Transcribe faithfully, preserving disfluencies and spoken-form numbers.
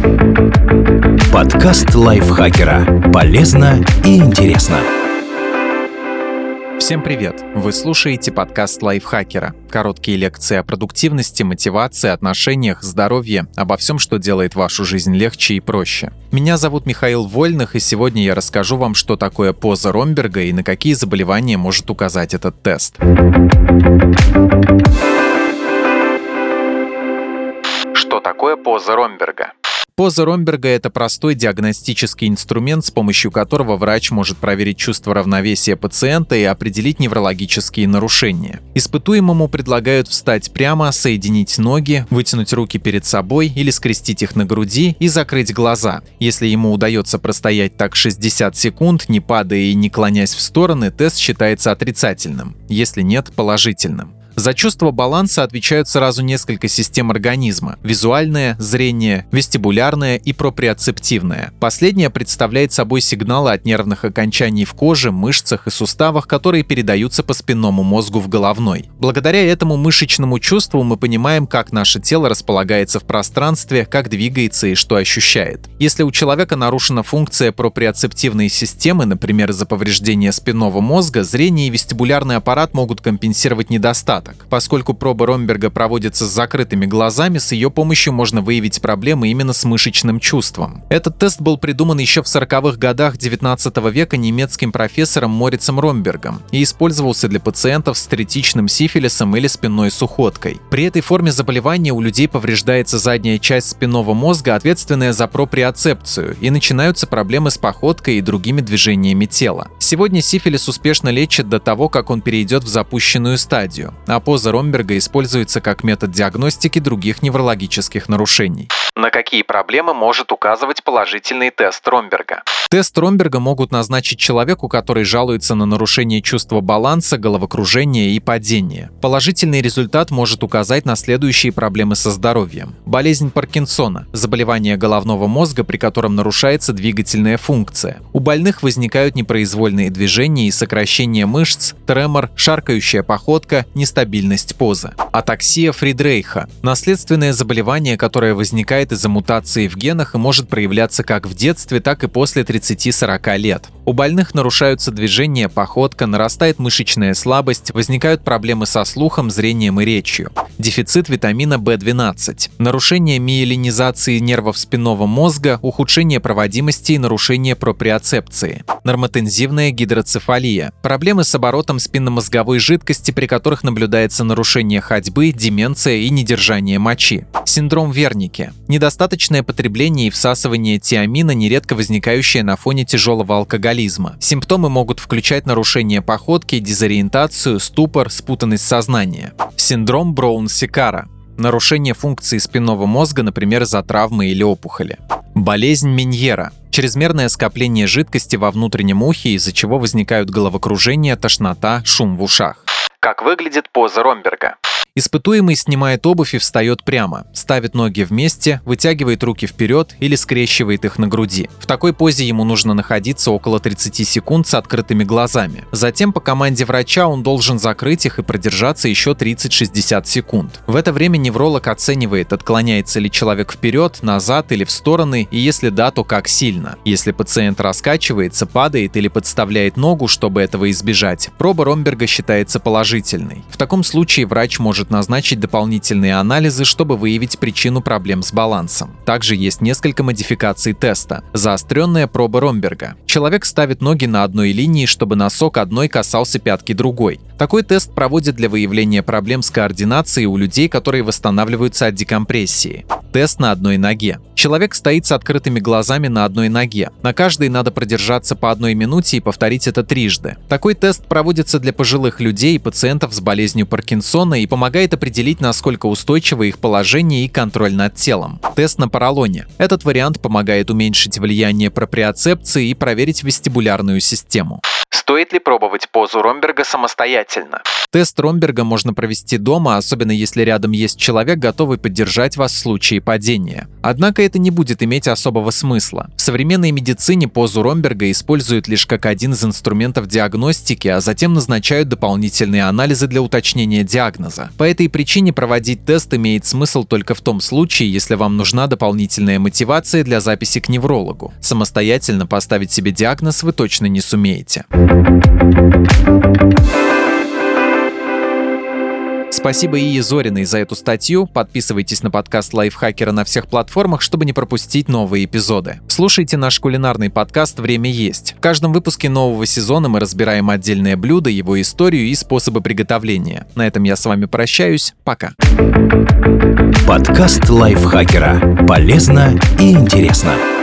Подкаст лайфхакера. Полезно и интересно. Всем привет! Вы слушаете подкаст лайфхакера. Короткие лекции о продуктивности, мотивации, отношениях, здоровье, обо всем, что делает вашу жизнь легче и проще. Меня зовут Михаил Вольных, и сегодня я расскажу вам, что такое поза Ромберга и на какие заболевания может указать этот тест. Что такое поза Ромберга? Поза Ромберга – это простой диагностический инструмент, с помощью которого врач может проверить чувство равновесия пациента и определить неврологические нарушения. Испытуемому предлагают встать прямо, соединить ноги, вытянуть руки перед собой или скрестить их на груди и закрыть глаза. Если ему удается простоять так шестьдесят секунд, не падая и не клонясь в стороны, тест считается отрицательным, если нет – положительным. За чувство баланса отвечают сразу несколько систем организма – визуальное, зрение, вестибулярное и проприоцептивное. Последнее представляет собой сигналы от нервных окончаний в коже, мышцах и суставах, которые передаются по спинному мозгу в головной. Благодаря этому мышечному чувству мы понимаем, как наше тело располагается в пространстве, как двигается и что ощущает. Если у человека нарушена функция проприоцептивной системы, например, из-за повреждения спинного мозга, зрение и вестибулярный аппарат могут компенсировать недостаток. Поскольку проба Ромберга проводится с закрытыми глазами, с ее помощью можно выявить проблемы именно с мышечным чувством. Этот тест был придуман еще в сороковых годах девятнадцатого века немецким профессором Морицем Ромбергом и использовался для пациентов с третичным сифилисом или спинной сухоткой. При этой форме заболевания у людей повреждается задняя часть спинного мозга, ответственная за проприоцепцию, и начинаются проблемы с походкой и другими движениями тела. Сегодня сифилис успешно лечат до того, как он перейдет в запущенную стадию, а поза Ромберга используется как метод диагностики других неврологических нарушений. На какие проблемы может указывать положительный тест Ромберга? Тест Ромберга могут назначить человеку, который жалуется на нарушение чувства баланса, головокружение и падение. Положительный результат может указать на следующие проблемы со здоровьем. Болезнь Паркинсона – заболевание головного мозга, при котором нарушается двигательная функция. У больных возникают непроизвольные движения и сокращение мышц, тремор, шаркающая походка, нестабильность позы. Атаксия Фридрейха – наследственное заболевание, которое возникает из-за мутации в генах и может проявляться как в детстве, так и после тридцати-сорока лет. У больных нарушаются движения, походка, нарастает мышечная слабость, возникают проблемы со слухом, зрением и речью. Дефицит витамина бэ двенадцать, нарушение миелинизации нервов спинного мозга, ухудшение проводимости и нарушение проприоцепции. Нормотензивная гидроцефалия, проблемы с оборотом спинномозговой жидкости, при которых наблюдается нарушение ходьбы, деменция и недержание мочи. Синдром Вернике, недостаточное потребление и всасывание тиамина, нередко возникающее на фоне тяжелого алкоголизма. Симптомы могут включать нарушение походки, дезориентацию, ступор, спутанность сознания. Синдром Броун-Сикара, нарушение функции спинного мозга, например, из-за травмы или опухоли. Болезнь Меньера, чрезмерное скопление жидкости во внутреннем ухе, из-за чего возникают головокружение, тошнота, шум в ушах. Как выглядит поза Ромберга? Испытуемый снимает обувь и встает прямо, ставит ноги вместе, вытягивает руки вперед или скрещивает их на груди. В такой позе ему нужно находиться около тридцати секунд с открытыми глазами. Затем по команде врача он должен закрыть их и продержаться еще тридцать-шестьдесят секунд. В это время невролог оценивает, отклоняется ли человек вперед, назад или в стороны, и если да, то как сильно. Если пациент раскачивается, падает или подставляет ногу, чтобы этого избежать, проба Ромберга считается положительной. В таком случае врач может назначить дополнительные анализы, чтобы выявить причину проблем с балансом. Также есть несколько модификаций теста. Заостренная проба Ромберга. Человек ставит ноги на одной линии, чтобы носок одной касался пятки другой. Такой тест проводят для выявления проблем с координацией у людей, которые восстанавливаются от декомпрессии. Тест на одной ноге. Человек стоит с открытыми глазами на одной ноге. На каждой надо продержаться по одной минуте и повторить это трижды. Такой тест проводится для пожилых людей и пациентов с болезнью Паркинсона и помогает определить, насколько устойчиво их положение и контроль над телом. Тест на поролоне. Этот вариант помогает уменьшить влияние проприоцепции и проверить вестибулярную систему. Стоит ли пробовать позу Ромберга самостоятельно? Тест Ромберга можно провести дома, особенно если рядом есть человек, готовый поддержать вас в случае падения. Однако это не будет иметь особого смысла. В современной медицине позу Ромберга используют лишь как один из инструментов диагностики, а затем назначают дополнительные анализы для уточнения диагноза. По этой причине проводить тест имеет смысл только в том случае, если вам нужна дополнительная мотивация для записи к неврологу. Самостоятельно поставить себе диагноз вы точно не сумеете. Спасибо Ие Зориной за эту статью. Подписывайтесь на подкаст Лайфхакера на всех платформах, чтобы не пропустить новые эпизоды. Слушайте наш кулинарный подкаст «Время есть». В каждом выпуске нового сезона мы разбираем отдельное блюдо, его историю и способы приготовления. На этом я с вами прощаюсь. Пока. Подкаст Лайфхакера. Полезно и интересно.